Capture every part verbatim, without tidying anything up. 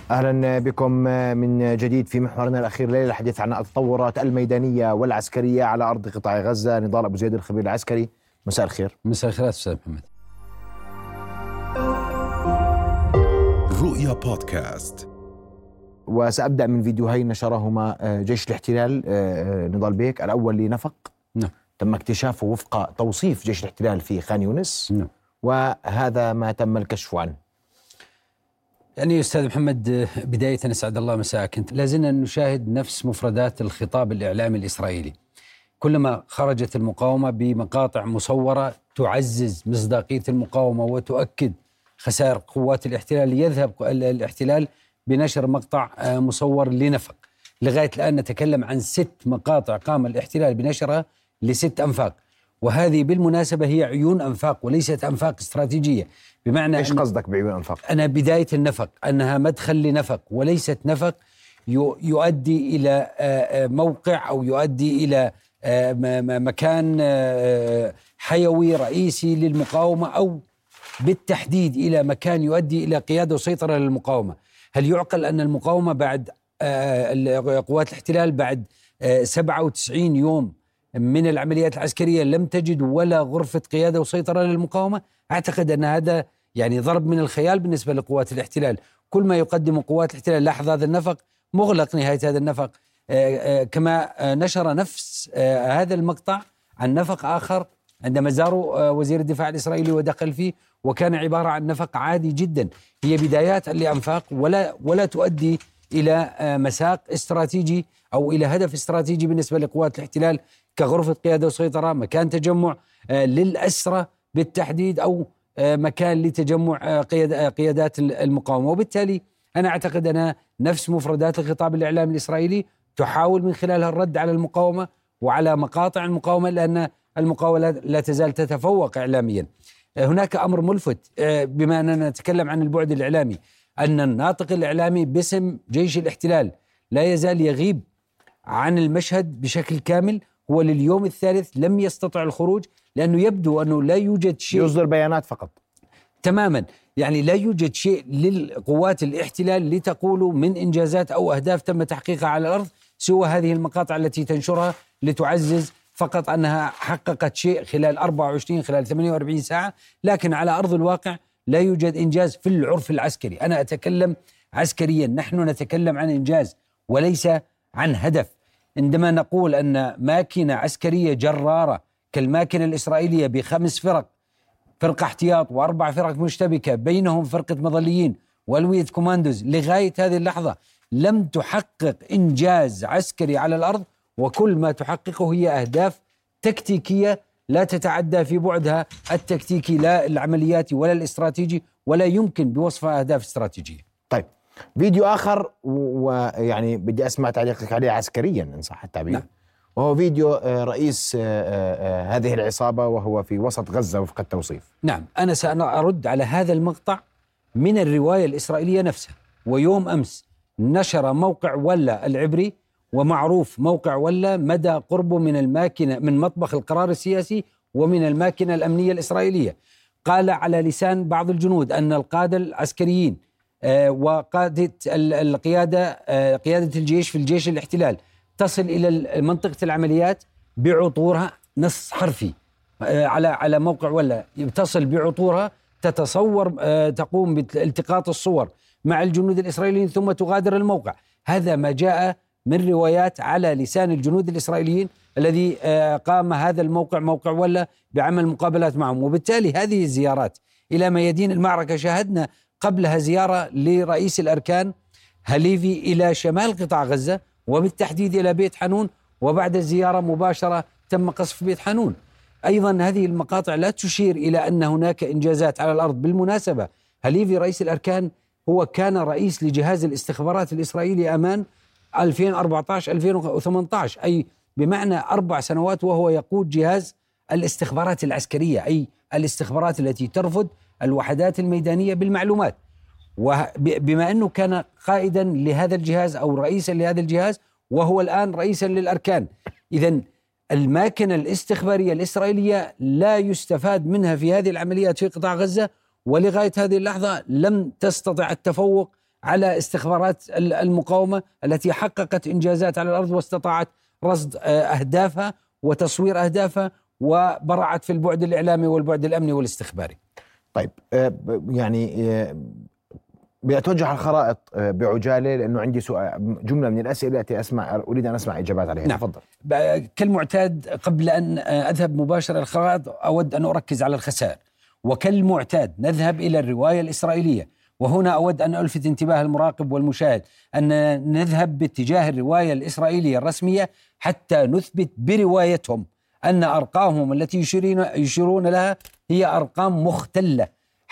أهلا بكم من جديد في محورنا الأخير ليلة الحديث عن التطورات الميدانية والعسكرية على أرض قطاع غزة. نضال أبو زيد الخبير العسكري، مساء الخير. مساء الخير أستاذ محمد. رؤيا بودكاست. وسأبدأ من فيديوهين نشرهما جيش الاحتلال. نضال بيك، الأول لنفق نعم. تم اكتشافه وفق توصيف جيش الاحتلال في خان يونس. نعم. وهذا ما تم الكشف عنه. يعني أستاذ محمد، بداية أسعد الله مساءك. أنت لازلنا نشاهد نفس مفردات الخطاب الإعلامي الإسرائيلي. كلما خرجت المقاومة بمقاطع مصورة تعزز مصداقية المقاومة وتؤكد خسائر قوات الاحتلال، يذهب الاحتلال بنشر مقطع مصور لنفق. لغاية الآن نتكلم عن ست مقاطع قام الاحتلال بنشرها لست أنفاق، وهذه بالمناسبة هي عيون أنفاق وليست أنفاق استراتيجية. بمعنى إيش قصدك بعيون أنفاق؟ أنا بداية النفق أنها مدخل لنفق وليست نفق يؤدي إلى موقع أو يؤدي إلى مكان حيوي رئيسي للمقاومة، أو بالتحديد إلى مكان يؤدي إلى قيادة وسيطرة للمقاومة. هل يعقل أن المقاومة بعد قوات الاحتلال بعد سبعة وتسعين يوم من العمليات العسكرية لم تجد ولا غرفة قيادة وسيطرة للمقاومة؟ أعتقد أن هذا يعني ضرب من الخيال بالنسبة لقوات الاحتلال. كل ما يقدم قوات الاحتلال، لاحظ هذا النفق مغلق نهاية هذا النفق. كما نشر نفس هذا المقطع عن نفق آخر عندما زاروا وزير الدفاع الإسرائيلي ودخل فيه، وكان عبارة عن نفق عادي جدا. هي بدايات لأنفاق ولا ولا تؤدي إلى مساق استراتيجي أو إلى هدف استراتيجي بالنسبة لقوات الاحتلال كغرفة قيادة وسيطرة، مكان تجمع للأسرى بالتحديد، أو مكان لتجمع قيادات المقاومة. وبالتالي أنا أعتقد أن نفس مفردات الخطاب الإعلامي الإسرائيلي تحاول من خلالها الرد على المقاومة وعلى مقاطع المقاومة، لأن المقاومة لا تزال تتفوق إعلاميا. هناك أمر ملفت بما أننا نتكلم عن البعد الإعلامي، أن الناطق الإعلامي باسم جيش الاحتلال لا يزال يغيب عن المشهد بشكل كامل. هو لليوم الثالث لم يستطع الخروج، لأنه يبدو أنه لا يوجد شيء، يصدر بيانات فقط تماما. يعني لا يوجد شيء للقوات الاحتلال لتقول من إنجازات أو أهداف تم تحقيقها على الأرض سوى هذه المقاطع التي تنشرها لتعزز فقط أنها حققت شيء خلال أربعة وعشرين خلال ثمانية وأربعين ساعة، لكن على أرض الواقع لا يوجد إنجاز في العرف العسكري. أنا أتكلم عسكريا، نحن نتكلم عن إنجاز وليس عن هدف. عندما نقول أن ماكينة عسكرية جرارة كالماكينة الإسرائيلية بخمس فرق، فرقة احتياط وأربع فرق مشتبكة بينهم فرقة مظليين والوية كوماندوز، لغاية هذه اللحظة لم تحقق إنجاز عسكري على الأرض، وكل ما تحققه هي أهداف تكتيكية لا تتعدى في بعدها التكتيكي لا العملياتي ولا الاستراتيجي، ولا يمكن بوصفها أهداف استراتيجية. طيب، فيديو آخر ويعني بدي أسمع تعليقك عليه عسكريا إن صح التعبير. نعم. وهو فيديو رئيس هذه العصابة وهو في وسط غزة وفق التوصيف. نعم، أنا سأرد على هذا المقطع من الرواية الإسرائيلية نفسها. ويوم أمس نشر موقع ولا العبري، ومعروف موقع ولا مدى قربه من الماكينة، من مطبخ القرار السياسي ومن الماكينة الأمنية الإسرائيلية. قال على لسان بعض الجنود أن القادة العسكريين وقادة القيادة قيادة الجيش في الجيش الاحتلال تصل إلى منطقة العمليات بعطورها، نص حرفي على على موقع ولا، تصل بعطورها، تتصور تقوم بالتقاط الصور مع الجنود الإسرائيليين ثم تغادر الموقع. هذا ما جاء من روايات على لسان الجنود الإسرائيليين الذي قام هذا الموقع موقع ولا بعمل مقابلات معهم. وبالتالي هذه الزيارات إلى ميادين المعركة، شاهدنا قبلها زيارة لرئيس الأركان هليفي إلى شمال قطاع غزة وبالتحديد إلى بيت حانون، وبعد الزيارة مباشرة تم قصف بيت حانون. أيضا هذه المقاطع لا تشير إلى أن هناك إنجازات على الأرض. بالمناسبة هليفي رئيس الأركان هو كان رئيس لجهاز الاستخبارات الإسرائيلي أمان ألفين وأربعة عشر ألفين وثمانية عشر، أي بمعنى أربع سنوات وهو يقود جهاز الاستخبارات العسكرية، أي الاستخبارات التي ترفض الوحدات الميدانية بالمعلومات. وبما أنه كان قائدا لهذا الجهاز أو رئيسا لهذا الجهاز، وهو الآن رئيسا للأركان، إذن الماكنة الاستخبارية الإسرائيلية لا يستفاد منها في هذه العمليات في قطاع غزة، ولغاية هذه اللحظة لم تستطع التفوق على استخبارات المقاومة التي حققت إنجازات على الأرض واستطاعت رصد أهدافها وتصوير أهدافها وبرعت في البعد الإعلامي والبعد الأمني والاستخباري. طيب يعني بأتوجه على الخرائط بعجالة لأنه عندي سؤال جملة من الأسئلة التي أسمع أريد أن أسمع إجابات عليها. نعم. تفضل. كالمعتاد قبل أن أذهب مباشرة إلى الخرائط أود أن أركز على الخسائر، وكالمعتاد نذهب إلى الرواية الإسرائيلية، وهنا أود أن ألفت انتباه المراقب والمشاهد أن نذهب باتجاه الرواية الإسرائيلية الرسمية حتى نثبت بروايتهم أن أرقامهم التي يشيرون, يشيرون لها هي أرقام مختلة،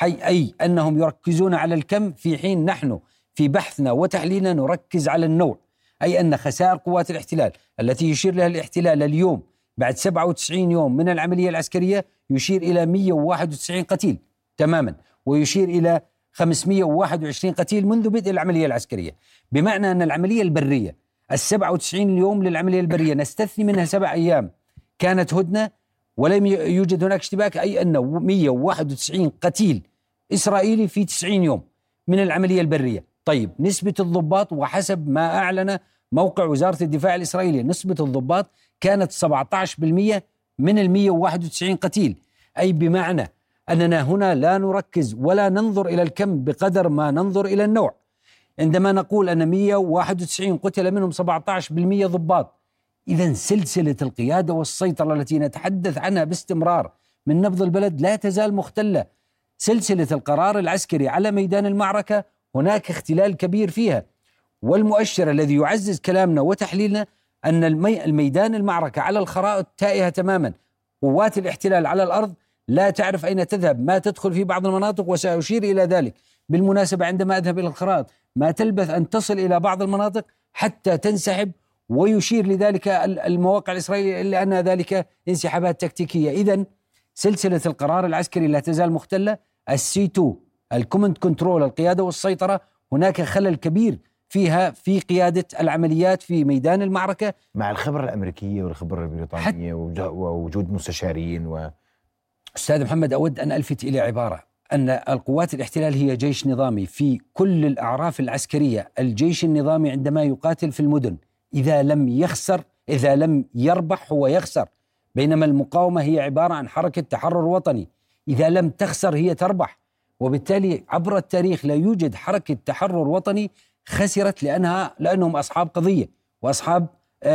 أي أنهم يركزون على الكم في حين نحن في بحثنا وتحليلنا نركز على النوع، أي أن خسائر قوات الاحتلال التي يشير لها الاحتلال اليوم بعد سبعة وتسعين يوم من العملية العسكرية يشير إلى مئة وواحد وتسعين قتيل تماما، ويشير إلى خمسمئة وواحد وعشرين قتيل منذ بدء العملية العسكرية، بمعنى أن العملية البرية السبعة وتسعين يوم للعملية البرية نستثني منها سبع أيام كانت هدنة ولم يوجد هناك اشتباك، أي أن مئة وواحد وتسعين قتيل إسرائيلي في تسعين يوم من العملية البرية. طيب نسبة الضباط وحسب ما أعلن موقع وزارة الدفاع الإسرائيلية نسبة الضباط كانت سبعة عشر بالمئة من المئة وواحد وتسعين قتيل، أي بمعنى أننا هنا لا نركز ولا ننظر إلى الكم بقدر ما ننظر إلى النوع. عندما نقول أن مئة وواحد وتسعين قتل منهم سبعة عشر بالمئة ضباط، إذن سلسلة القيادة والسيطرة التي نتحدث عنها باستمرار من نبض البلد لا تزال مختلة. سلسلة القرار العسكري على ميدان المعركة هناك اختلال كبير فيها، والمؤشر الذي يعزز كلامنا وتحليلنا أن المي... الميدان المعركة على الخرائط تائهة تماما، قوات الاحتلال على الأرض لا تعرف أين تذهب، ما تدخل في بعض المناطق وسأشير إلى ذلك. بالمناسبة عندما أذهب إلى الخرائط ما تلبث أن تصل إلى بعض المناطق حتى تنسحب، ويشير لذلك المواقع الإسرائيلية إلا أن ذلك انسحابات تكتيكية. إذن سلسلة القرار العسكري لا تزال مختلة. السي اثنين الكومند كنترول القيادة والسيطرة هناك خلل كبير فيها في قيادة العمليات في ميدان المعركة مع الخبرة الأمريكية والخبرة البريطانية ووجود مستشارين و... أستاذ محمد، أود أن ألفت إلى عبارة أن القوات الاحتلال هي جيش نظامي في كل الأعراف العسكرية. الجيش النظامي عندما يقاتل في المدن إذا لم يخسر إذا لم يربح هو يخسر، بينما المقاومة هي عبارة عن حركة تحرر وطني، إذا لم تخسر هي تربح. وبالتالي عبر التاريخ لا يوجد حركة تحرر وطني خسرت لأنها لأنهم أصحاب قضية وأصحاب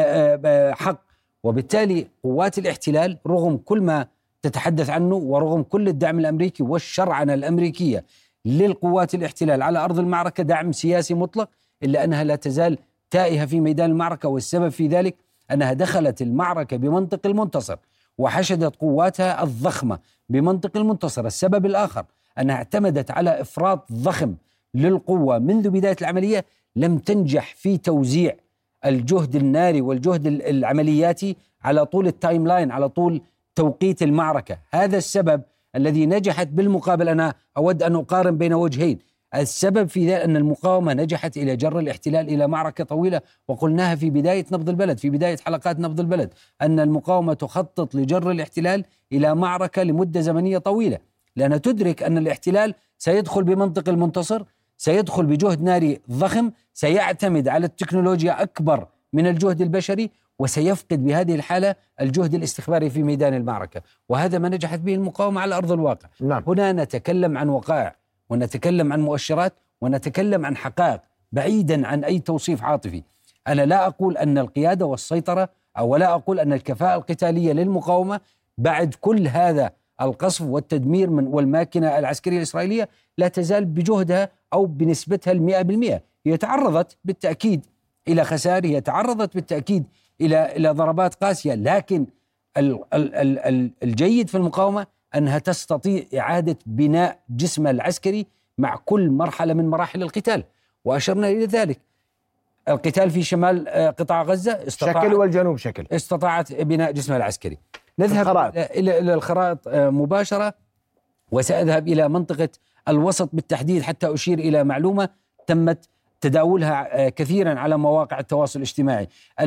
حق. وبالتالي قوات الاحتلال رغم كل ما تتحدث عنه ورغم كل الدعم الأمريكي والشرعنة الأمريكية للقوات الاحتلال على أرض المعركة دعم سياسي مطلق، إلا أنها لا تزال تائهة في ميدان المعركة. والسبب في ذلك أنها دخلت المعركة بمنطق المنتصر وحشدت قواتها الضخمة بمنطق المنتصر. السبب الآخر أنها اعتمدت على إفراط ضخم للقوة منذ بداية العملية، لم تنجح في توزيع الجهد الناري والجهد العملياتي على طول التايم لاين، على طول توقيت المعركة. هذا السبب الذي نجحت. بالمقابل أنا أود أن أقارن بين وجهين. السبب في ذلك أن المقاومة نجحت إلى جر الاحتلال إلى معركة طويلة، وقلناها في بداية نبض البلد في بداية حلقات نبض البلد أن المقاومة تخطط لجر الاحتلال إلى معركة لمدة زمنية طويلة، لأنها تدرك أن الاحتلال سيدخل بمنطق المنتصر، سيدخل بجهد ناري ضخم، سيعتمد على التكنولوجيا أكبر من الجهد البشري، وسيفقد بهذه الحالة الجهد الاستخباري في ميدان المعركة. وهذا ما نجحت به المقاومة على أرض الواقع. نعم. هنا نتكلم عن وقائع ونتكلم عن مؤشرات ونتكلم عن حقائق بعيدا عن أي توصيف عاطفي. أنا لا أقول أن القيادة والسيطرة أو لا أقول أن الكفاءة القتالية للمقاومة بعد كل هذا القصف والتدمير من والماكنة العسكرية الإسرائيلية لا تزال بجهدها أو بنسبتها المئة بالمئة. هي تعرضت بالتأكيد إلى خسائر، هي تعرضت بالتأكيد إلى إلى ضربات قاسية، لكن ال ال ال الجيد في المقاومة أنها تستطيع إعادة بناء جسمها العسكري مع كل مرحلة من مراحل القتال، وأشرنا إلى ذلك. القتال في شمال قطاع غزة شكل والجنوب شكل استطاعت بناء جسمها العسكري. نذهب إلى إلى الخرائط مباشرة، وسأذهب إلى منطقة الوسط بالتحديد حتى أشير إلى معلومة تمت تداولها كثيرا على مواقع التواصل الاجتماعي.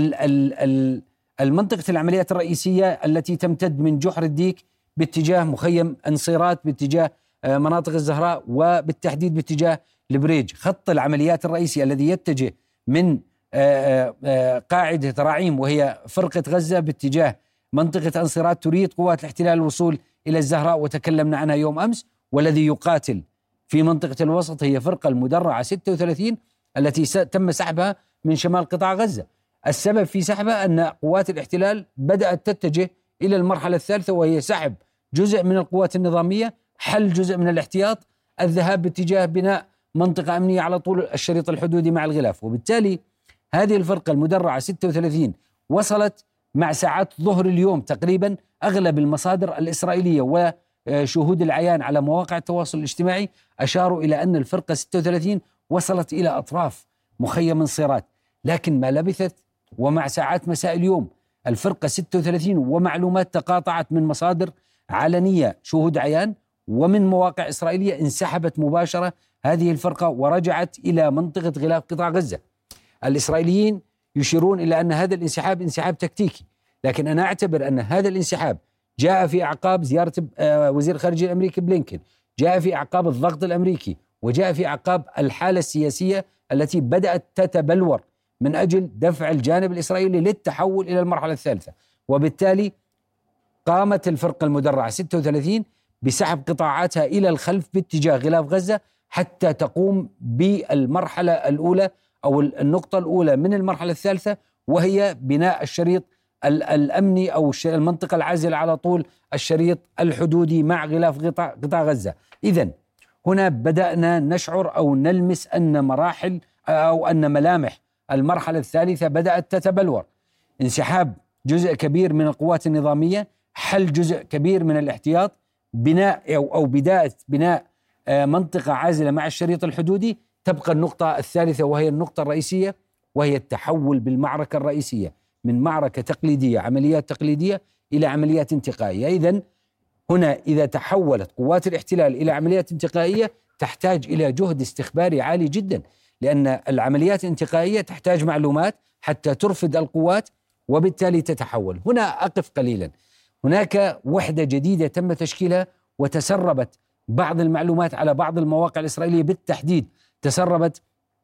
المنطقة العمليات الرئيسية التي تمتد من جحر الديك باتجاه مخيم أنصيرات، باتجاه مناطق الزهراء، وبالتحديد باتجاه البريج، خط العمليات الرئيسي الذي يتجه من قاعدة رعيم وهي فرقة غزة باتجاه منطقة أنصيرات، تريد قوات الاحتلال الوصول إلى الزهراء وتكلمنا عنها يوم أمس، والذي يقاتل في منطقة الوسط هي فرقة المدرعة ستة وثلاثين التي تم سحبها من شمال قطاع غزة. السبب في سحبها أن قوات الاحتلال بدأت تتجه إلى المرحلة الثالثة، وهي سحب جزء من القوات النظامية، حل جزء من الاحتياط، الذهاب باتجاه بناء منطقة أمنية على طول الشريط الحدودي مع الغلاف. وبالتالي هذه الفرقة المدرعة ستة وثلاثين وصلت مع ساعات ظهر اليوم تقريبا. أغلب المصادر الإسرائيلية وشهود العيان على مواقع التواصل الاجتماعي أشاروا إلى أن الفرقة ستة وثلاثين وصلت إلى أطراف مخيم انصيرات، لكن ما لبثت ومع ساعات مساء اليوم الفرقة ستة وثلاثين ومعلومات تقاطعت من مصادر علنية شهود عيان ومن مواقع إسرائيلية انسحبت مباشرة هذه الفرقة ورجعت إلى منطقة غلاف قطاع غزة. الإسرائيليين يشيرون إلى أن هذا الانسحاب انسحاب تكتيكي، لكن أنا أعتبر أن هذا الانسحاب جاء في أعقاب زيارة وزير الخارجية الأمريكي بلينكن، جاء في أعقاب الضغط الأمريكي، وجاء في أعقاب الحالة السياسية التي بدأت تتبلور من أجل دفع الجانب الإسرائيلي للتحول إلى المرحلة الثالثة. وبالتالي قامت الفرقة المدرعة ستة وثلاثين بسحب قطاعاتها إلى الخلف باتجاه غلاف غزة حتى تقوم بالمرحلة الأولى أو النقطة الأولى من المرحلة الثالثة، وهي بناء الشريط الأمني أو المنطقة العازلة على طول الشريط الحدودي مع غلاف قطاع غزة. إذن هنا بدأنا نشعر أو نلمس أن مراحل أو أن ملامح المرحلة الثالثة بدأت تتبلور. انسحاب جزء كبير من القوات النظامية، حل جزء كبير من الاحتياط، بناء أو, أو بداية بناء منطقة عازلة مع الشريط الحدودي. تبقى النقطة الثالثة وهي النقطة الرئيسية، وهي التحول بالمعركة الرئيسية من معركة تقليدية عمليات تقليدية إلى عمليات انتقائية. إذن هنا إذا تحولت قوات الاحتلال إلى عمليات انتقائية تحتاج إلى جهد استخباري عالي جدا، لأن العمليات الانتقائية تحتاج معلومات حتى ترفد القوات وبالتالي تتحول. هنا أقف قليلا. هناك وحدة جديدة تم تشكيلها وتسربت بعض المعلومات على بعض المواقع الإسرائيلية، بالتحديد تسربت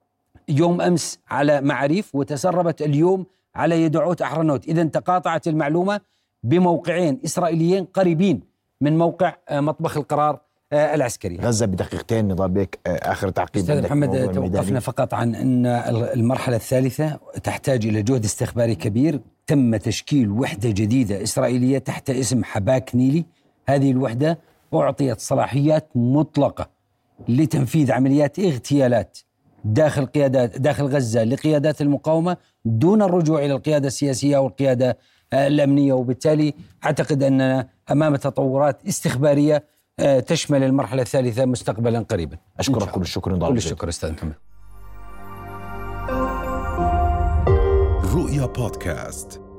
يوم أمس على معاريف وتسربت اليوم على يدعوت أحرنوت. إذن تقاطعت المعلومة بموقعين إسرائيليين قريبين من موقع مطبخ القرار العسكري. غزة بدقيقتين نضال بك آخر تعقيب. أستاذ محمد، توقفنا فقط عن أن المرحلة الثالثة تحتاج إلى جهد استخباري كبير. تم تشكيل وحدة جديدة إسرائيلية تحت اسم حباك نيلي. هذه الوحدة أعطيت صلاحيات مطلقة لتنفيذ عمليات اغتيالات داخل قيادات داخل غزة لقيادات المقاومة دون الرجوع إلى القيادة السياسية أو القيادة الأمنية. وبالتالي أعتقد أننا أمام تطورات استخبارية تشمل المرحلة الثالثة مستقبلا قريبا. أشكرك كل الشكر. كل الشكر أستاذ محمد. رؤيا بودكاست.